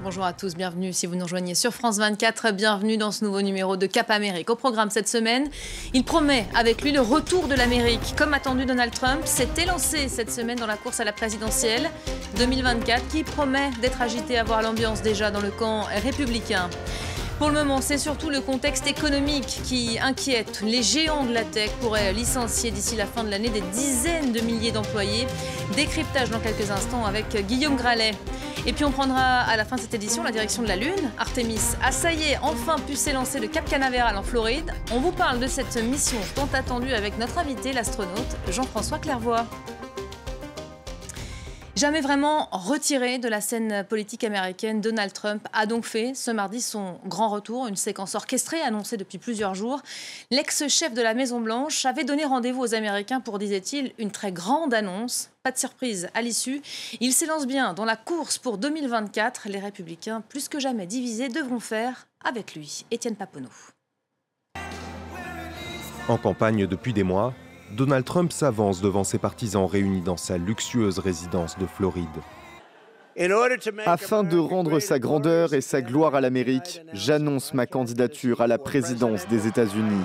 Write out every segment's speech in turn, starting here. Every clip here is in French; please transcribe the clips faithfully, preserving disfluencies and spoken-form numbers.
Bonjour à tous, bienvenue si vous nous rejoignez sur France vingt-quatre. Bienvenue dans ce nouveau numéro de Cap Amérique. Au programme cette semaine, il promet avec lui le retour de l'Amérique. Comme attendu, Donald Trump s'est élancé cette semaine dans la course à la présidentielle deux mille vingt-quatre qui promet d'être agité à voir l'ambiance déjà dans le camp républicain. Pour le moment, c'est surtout le contexte économique qui inquiète. Les géants de la tech pourraient licencier d'ici la fin de l'année des dizaines de milliers d'employés. Décryptage dans quelques instants avec Guillaume Gralet. Et puis on prendra à la fin de cette édition la direction de la Lune. Artemis a ça y est enfin pu s'élancer de Cap Canaveral en Floride. On vous parle de cette mission tant attendue avec notre invité, l'astronaute Jean-François Clairvoy. Jamais vraiment retiré de la scène politique américaine, Donald Trump a donc fait ce mardi son grand retour, une séquence orchestrée annoncée depuis plusieurs jours. L'ex-chef de la Maison-Blanche avait donné rendez-vous aux Américains pour, disait-il, une très grande annonce. Pas de surprise à l'issue. Il s'élance bien dans la course pour deux mille vingt-quatre. Les Républicains, plus que jamais divisés, devront faire avec lui. Étienne Paponneau. En campagne depuis des mois, Donald Trump s'avance devant ses partisans réunis dans sa luxueuse résidence de Floride. Afin de rendre sa grandeur et sa gloire à l'Amérique, j'annonce ma candidature à la présidence des États-Unis.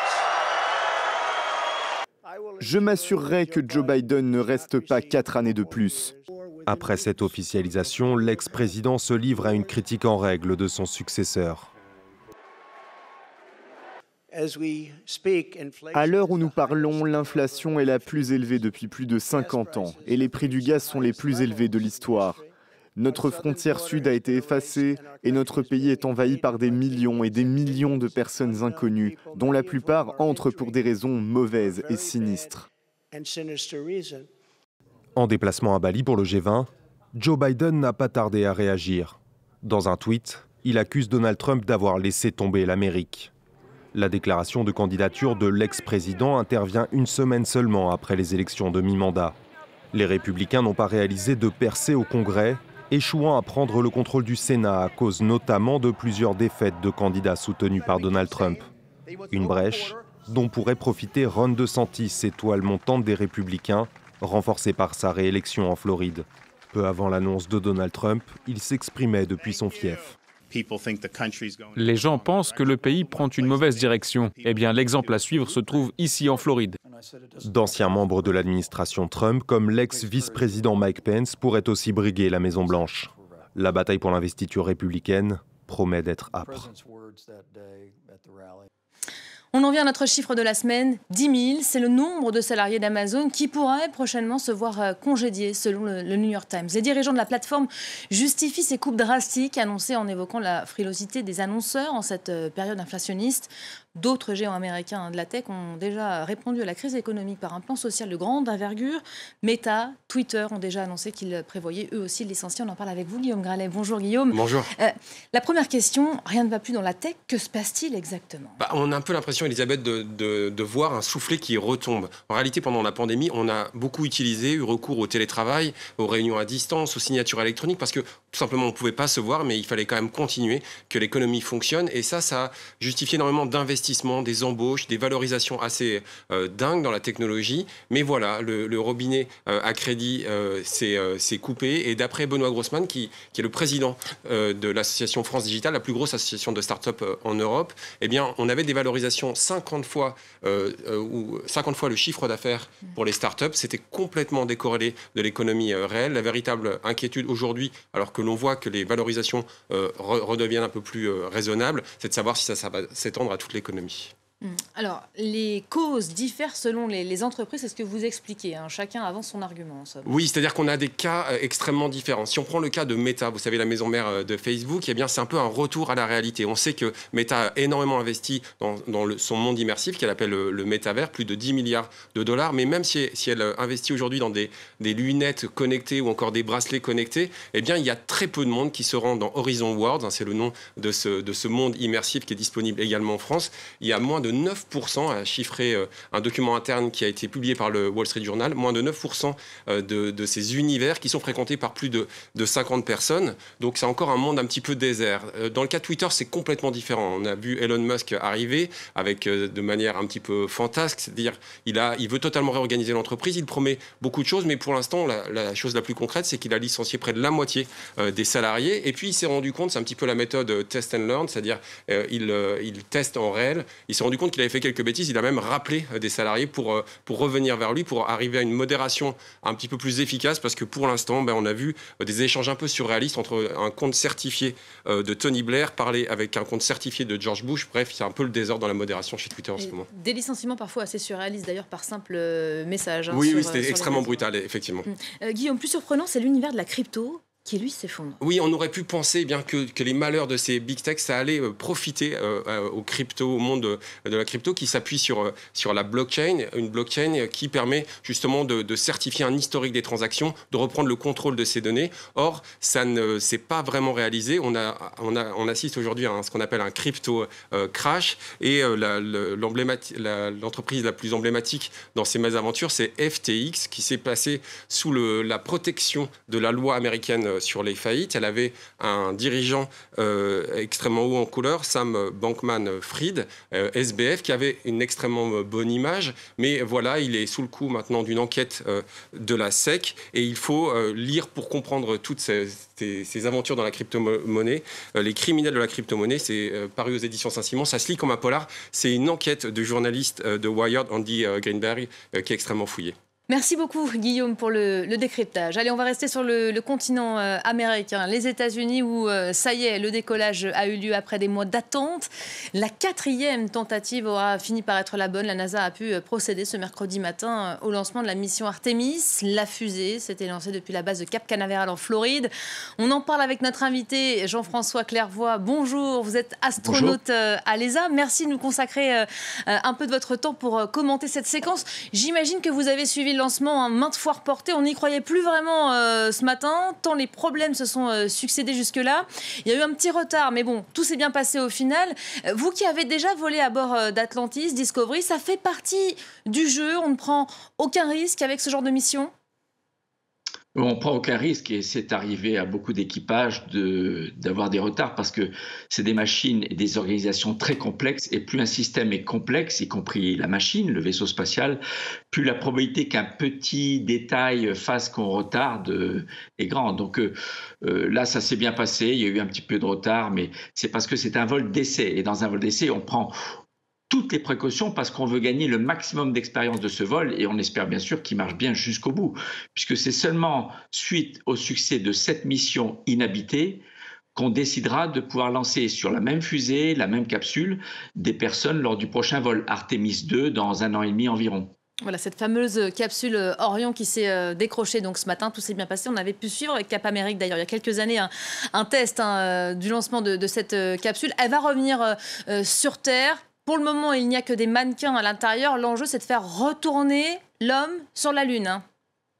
Je m'assurerai que Joe Biden ne reste pas quatre années de plus. Après cette officialisation, l'ex-président se livre à une critique en règle de son successeur. À l'heure où nous parlons, l'inflation est la plus élevée depuis plus de cinquante ans et les prix du gaz sont les plus élevés de l'histoire. Notre frontière sud a été effacée et notre pays est envahi par des millions et des millions de personnes inconnues, dont la plupart entrent pour des raisons mauvaises et sinistres. En déplacement à Bali pour le G vingt, Joe Biden n'a pas tardé à réagir. Dans un tweet, il accuse Donald Trump d'avoir laissé tomber l'Amérique. La déclaration de candidature de l'ex-président intervient une semaine seulement après les élections de mi-mandat. Les Républicains n'ont pas réalisé de percée au Congrès, échouant à prendre le contrôle du Sénat à cause notamment de plusieurs défaites de candidats soutenus par Donald Trump. Une brèche dont pourrait profiter Ron DeSantis, étoile montante des Républicains, renforcé par sa réélection en Floride. Peu avant l'annonce de Donald Trump, il s'exprimait depuis son fief. Les gens pensent que le pays prend une mauvaise direction. Eh bien, l'exemple à suivre se trouve ici en Floride. D'anciens membres de l'administration Trump, comme l'ex-vice-président Mike Pence, pourraient aussi briguer la Maison-Blanche. La bataille pour l'investiture républicaine promet d'être âpre. On en vient à notre chiffre de la semaine, dix mille, c'est le nombre de salariés d'Amazon qui pourraient prochainement se voir congédiés selon le, le New York Times. Les dirigeants de la plateforme justifient ces coupes drastiques annoncées en évoquant la frilosité des annonceurs en cette période inflationniste. D'autres géants américains de la tech ont déjà répondu à la crise économique par un plan social de grande envergure. Meta, Twitter ont déjà annoncé qu'ils prévoyaient eux aussi de licencier. On en parle avec vous, Guillaume Gralet. Bonjour Guillaume. Bonjour. Euh, la première question, rien ne va plus dans la tech. Que se passe-t-il exactement ? bah, On a un peu l'impression, Elisabeth, de, de, de voir un soufflet qui retombe. En réalité, pendant la pandémie, on a beaucoup utilisé, eu recours au télétravail, aux réunions à distance, aux signatures électroniques, parce que tout simplement, on ne pouvait pas se voir, mais il fallait quand même continuer, que l'économie fonctionne. Et ça, ça a justifié énormément d'investissements, des embauches, des valorisations assez euh, dingues dans la technologie. Mais voilà, le, le robinet euh, à crédit euh, s'est euh, coupé. Et d'après Benoît Grossman, qui, qui est le président euh, de l'association France Digital, la plus grosse association de start-up euh, en Europe, eh bien, on avait des valorisations cinquante fois, euh, euh, ou cinquante fois le chiffre d'affaires pour les start-up. C'était complètement décorrélé de l'économie euh, réelle. La véritable inquiétude aujourd'hui, alors que l'on voit que les valorisations euh, re redeviennent un peu plus euh, raisonnables, c'est de savoir si ça, ça va s'étendre à toute l'économie. Alors, les causes diffèrent selon les, les entreprises, c'est ce que vous expliquez, hein. Chacun avance son argument. Ça. Oui, c'est-à-dire qu'on a des cas euh, extrêmement différents. Si on prend le cas de Meta, vous savez, la maison mère euh, de Facebook, eh bien, c'est un peu un retour à la réalité. On sait que Meta a énormément investi dans, dans le, son monde immersif, qu'elle appelle le, le métavers, plus de dix milliards de dollars. Mais même si, si elle investit aujourd'hui dans des, des lunettes connectées ou encore des bracelets connectés, eh bien, il y a très peu de monde qui se rend dans Horizon Worlds, hein, c'est le nom de ce, de ce monde immersif qui est disponible également en France. Il y a moins de de neuf pour cent, a chiffré euh, un document interne qui a été publié par le Wall Street Journal, moins de neuf pour cent de, de ces univers qui sont fréquentés par plus de, de cinquante personnes. Donc c'est encore un monde un petit peu désert. Euh, dans le cas de Twitter, c'est complètement différent. On a vu Elon Musk arriver avec, euh, de manière un petit peu fantasque, c'est-à-dire il, a, il veut totalement réorganiser l'entreprise, il promet beaucoup de choses, mais pour l'instant, la, la chose la plus concrète, c'est qu'il a licencié près de la moitié euh, des salariés. Et puis il s'est rendu compte, c'est un petit peu la méthode test and learn, c'est-à-dire euh, il, euh, il teste en réel. Il s'est rendu compte qu'il avait fait quelques bêtises, il a même rappelé euh, des salariés pour, euh, pour revenir vers lui, pour arriver à une modération un petit peu plus efficace, parce que pour l'instant, ben, on a vu euh, des échanges un peu surréalistes entre un compte certifié euh, de Tony Blair parler avec un compte certifié de George Bush. Bref, c'est un peu le désordre dans la modération chez Twitter en Et ce moment. Des licenciements parfois assez surréalistes, d'ailleurs, par simple euh, message. Hein, oui, sur, oui, c'était sur extrêmement brutal, effectivement. Euh, Guillaume, plus surprenant, c'est l'univers de la crypto qui, lui, s'effondre. Oui, on aurait pu penser eh bien que, que les malheurs de ces big tech, ça allait euh, profiter euh, aux crypto, au monde de, de la crypto qui s'appuie sur, euh, sur la blockchain, une blockchain qui permet justement de, de certifier un historique des transactions, de reprendre le contrôle de ces données. Or, ça ne s'est pas vraiment réalisé. On, a, on, a, on assiste aujourd'hui à un, ce qu'on appelle un crypto euh, crash, et euh, la, la, l'entreprise la plus emblématique dans ces mésaventures, c'est F T X, qui s'est placée sous le, la protection de la loi américaine sur les faillites. Elle avait un dirigeant euh, extrêmement haut en couleur, Sam Bankman-Fried, euh, S B F, qui avait une extrêmement bonne image, mais voilà, il est sous le coup maintenant d'une enquête euh, de la S E C, et il faut euh, lire pour comprendre toutes ces, ces, ces aventures dans la crypto-monnaie. Euh, les criminels de la crypto-monnaie, c'est euh, paru aux éditions Saint-Simon, ça se lit comme un polar, c'est une enquête de journaliste euh, de Wired, Andy euh, Greenberg, euh, qui est extrêmement fouillée. Merci beaucoup, Guillaume, pour le, le décryptage. Allez, on va rester sur le, le continent euh, américain, les États-Unis, où euh, ça y est, le décollage a eu lieu après des mois d'attente. La quatrième tentative aura fini par être la bonne. La NASA a pu euh, procéder ce mercredi matin euh, au lancement de la mission Artemis. La fusée s'était lancée depuis la base de Cap Canaveral en Floride. On en parle avec notre invité Jean-François Clairvoy. Bonjour, vous êtes astronaute euh, à l'E S A. Merci de nous consacrer euh, un peu de votre temps pour euh, commenter cette séquence. J'imagine que vous avez suivi le lancement hein, maintes fois reporté. On n'y croyait plus vraiment euh, ce matin, tant les problèmes se sont euh, succédés jusque-là. Il y a eu un petit retard, mais bon, tout s'est bien passé au final. Euh, vous qui avez déjà volé à bord euh, d'Atlantis, Discovery, ça fait partie du jeu. On ne prend aucun risque avec ce genre de mission ? On ne prend aucun risque et c'est arrivé à beaucoup d'équipages de, d'avoir des retards parce que c'est des machines et des organisations très complexes et plus un système est complexe, y compris la machine, le vaisseau spatial, plus la probabilité qu'un petit détail fasse qu'on retarde est grande. Donc euh, là, ça s'est bien passé, il y a eu un petit peu de retard, mais c'est parce que c'est un vol d'essai et dans un vol d'essai, on prend toutes les précautions parce qu'on veut gagner le maximum d'expérience de ce vol et on espère bien sûr qu'il marche bien jusqu'au bout, puisque c'est seulement suite au succès de cette mission inhabitée qu'on décidera de pouvoir lancer sur la même fusée, la même capsule, des personnes lors du prochain vol Artemis deux dans un an et demi environ. Voilà, cette fameuse capsule Orion qui s'est décrochée donc ce matin, tout s'est bien passé. On avait pu suivre avec Cap Amérique d'ailleurs il y a quelques années un, un test hein, du lancement de, de cette capsule. Elle va revenir euh, sur Terre. Pour le moment, il n'y a que des mannequins à l'intérieur. L'enjeu, c'est de faire retourner l'homme sur la Lune. Hein.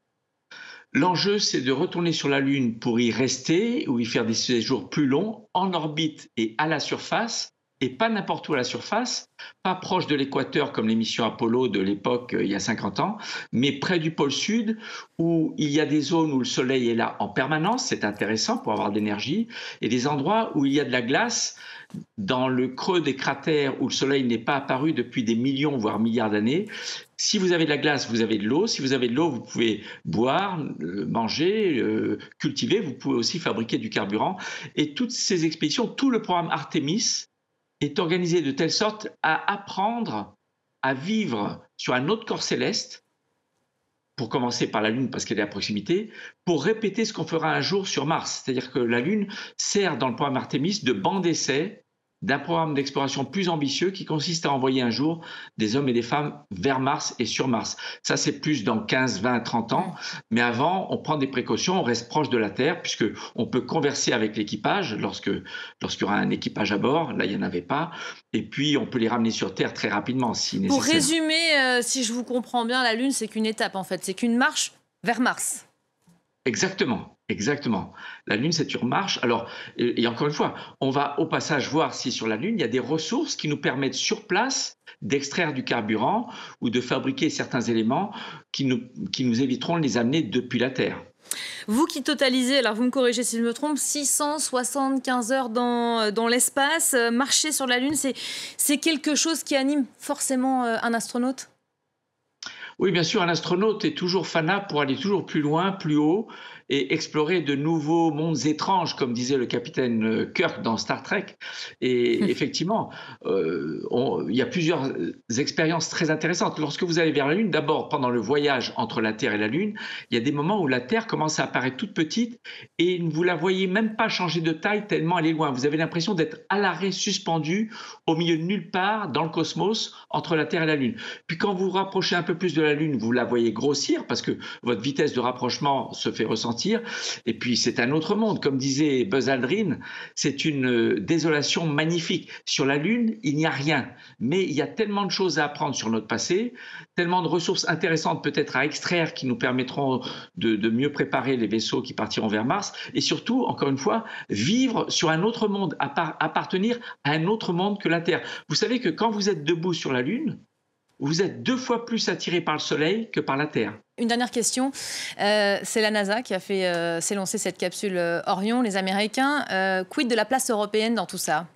L'enjeu, c'est de retourner sur la Lune pour y rester ou y faire des séjours plus longs, en orbite et à la surface, et pas n'importe où à la surface, pas proche de l'équateur comme les missions Apollo de l'époque il y a cinquante ans, mais près du pôle sud où il y a des zones où le soleil est là en permanence, c'est intéressant pour avoir de l'énergie, et des endroits où il y a de la glace dans le creux des cratères où le soleil n'est pas apparu depuis des millions voire milliards d'années. Si vous avez de la glace, vous avez de l'eau. Si vous avez de l'eau, vous pouvez boire, manger, euh, cultiver. Vous pouvez aussi fabriquer du carburant. Et toutes ces expéditions, tout le programme Artemis est organisé de telle sorte à apprendre à vivre sur un autre corps céleste, pour commencer par la Lune parce qu'elle est à proximité, pour répéter ce qu'on fera un jour sur Mars. C'est-à-dire que la Lune sert dans le programme Artemis de banc d'essai d'un programme d'exploration plus ambitieux qui consiste à envoyer un jour des hommes et des femmes vers Mars et sur Mars. Ça, c'est plus dans quinze, vingt, trente ans. Mais avant, on prend des précautions, on reste proche de la Terre puisqu'on peut converser avec l'équipage lorsque, lorsqu'il y aura un équipage à bord. Là, il n'y en avait pas. Et puis, on peut les ramener sur Terre très rapidement si nécessaire. Pour résumer, euh, si je vous comprends bien, la Lune, c'est qu'une étape en fait. C'est qu'une marche vers Mars. Exactement. Exactement. La Lune, c'est une marche. Alors, et, et encore une fois, on va au passage voir si sur la Lune, il y a des ressources qui nous permettent sur place d'extraire du carburant ou de fabriquer certains éléments qui nous, qui nous éviteront de les amener depuis la Terre. Vous qui totalisez, alors vous me corrigez si je me trompe, six cent soixante-quinze heures dans, dans l'espace, marcher sur la Lune, c'est quelque chose qui anime forcément un astronaute ? Oui, bien sûr, un astronaute est toujours fanat pour aller toujours plus loin, plus haut et explorer de nouveaux mondes étranges, comme disait le capitaine Kirk dans Star Trek. Et effectivement, euh, on, il y a plusieurs expériences très intéressantes. Lorsque vous allez vers la Lune, d'abord, pendant le voyage entre la Terre et la Lune, il y a des moments où la Terre commence à apparaître toute petite et vous la voyez même pas changer de taille tellement elle est loin. Vous avez l'impression d'être à l'arrêt, suspendu, au milieu de nulle part, dans le cosmos, entre la Terre et la Lune. Puis quand vous vous rapprochez un peu plus de la Lune, vous la voyez grossir parce que votre vitesse de rapprochement se fait ressentir. Et puis c'est un autre monde, comme disait Buzz Aldrin, c'est une désolation magnifique. Sur la Lune, il n'y a rien, mais il y a tellement de choses à apprendre sur notre passé, tellement de ressources intéressantes peut-être à extraire qui nous permettront de, de mieux préparer les vaisseaux qui partiront vers Mars, et surtout, encore une fois, vivre sur un autre monde, appartenir à un autre monde que la Terre. Vous savez que quand vous êtes debout sur la Lune, vous êtes deux fois plus attiré par le Soleil que par la Terre. Une dernière question, euh, c'est la NASA qui a fait euh, s'élancer cette capsule euh, Orion, les Américains. Euh, quid de la place européenne dans tout ça?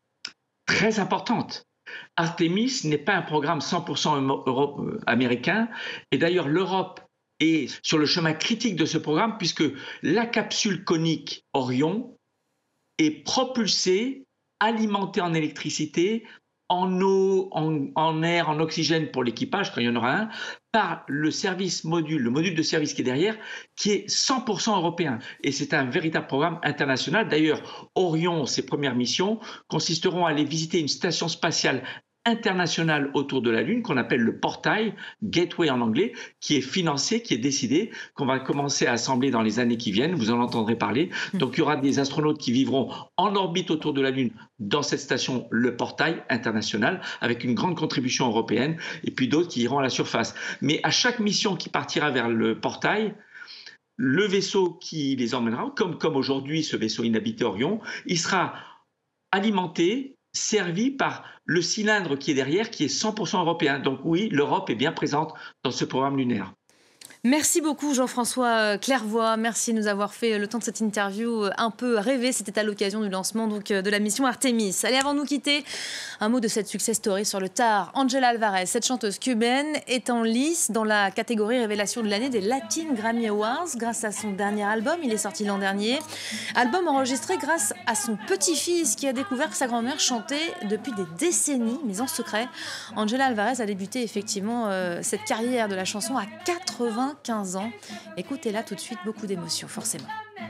Très importante. Artemis n'est pas un programme cent pour cent Europe, euh, américain. Et d'ailleurs, l'Europe est sur le chemin critique de ce programme puisque la capsule conique Orion est propulsée, alimentée en électricité, en eau, en, en air, en oxygène pour l'équipage, quand il y en aura un, par le service module, le module de service qui est derrière, qui est cent pour cent européen. Et c'est un véritable programme international. D'ailleurs, Orion, ses premières missions, consisteront à aller visiter une station spatiale internationale autour de la Lune qu'on appelle le portail, Gateway en anglais, qui est financé, qui est décidé, qu'on va commencer à assembler dans les années qui viennent, vous en entendrez parler. Donc il y aura des astronautes qui vivront en orbite autour de la Lune dans cette station, le portail international, avec une grande contribution européenne, et puis d'autres qui iront à la surface. Mais à chaque mission qui partira vers le portail, le vaisseau qui les emmènera, comme, comme aujourd'hui ce vaisseau inhabité Orion, il sera alimenté, servi par le cylindre qui est derrière, qui est cent pour cent européen. Donc oui, l'Europe est bien présente dans ce programme lunaire. Merci beaucoup Jean-François Clairvoy, merci de nous avoir fait le temps de cette interview un peu rêvée. C'était à l'occasion du lancement donc, de la mission Artemis. Allez, avant de nous quitter, un mot de cette success story sur le tard. Angela Alvarez, cette chanteuse cubaine, est en lice dans la catégorie révélation de l'année des Latin Grammy Awards grâce à son dernier album. Il est sorti l'an dernier. Album enregistré grâce à son petit-fils qui a découvert que sa grand-mère chantait depuis des décennies, mais en secret. Angela Alvarez a débuté effectivement euh, cette carrière de la chanson à quatre-vingt-quinze ans. Écoutez-la tout de suite, beaucoup d'émotions, forcément.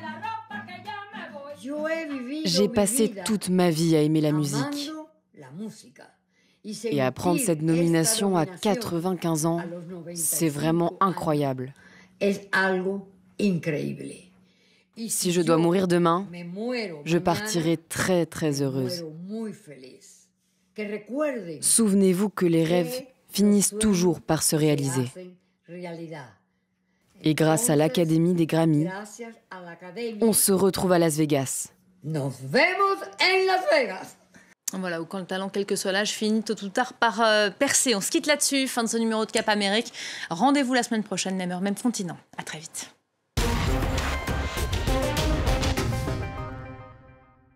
J'ai passé toute ma vie à aimer la musique. Et à prendre cette nomination à quatre-vingt-quinze ans, c'est vraiment incroyable. Si je dois mourir demain, je partirai très très heureuse. Souvenez-vous que les rêves finissent toujours par se réaliser. Et grâce à l'Académie des Grammy, on se retrouve à Las Vegas. Nos vemos en Las Vegas. Voilà, où quand le talent, quel que soit l'âge, finit tôt ou tard par euh, percer. On se quitte là-dessus. Fin de ce numéro de Cap Amérique. Rendez-vous la semaine prochaine, même heure, même continent. À très vite.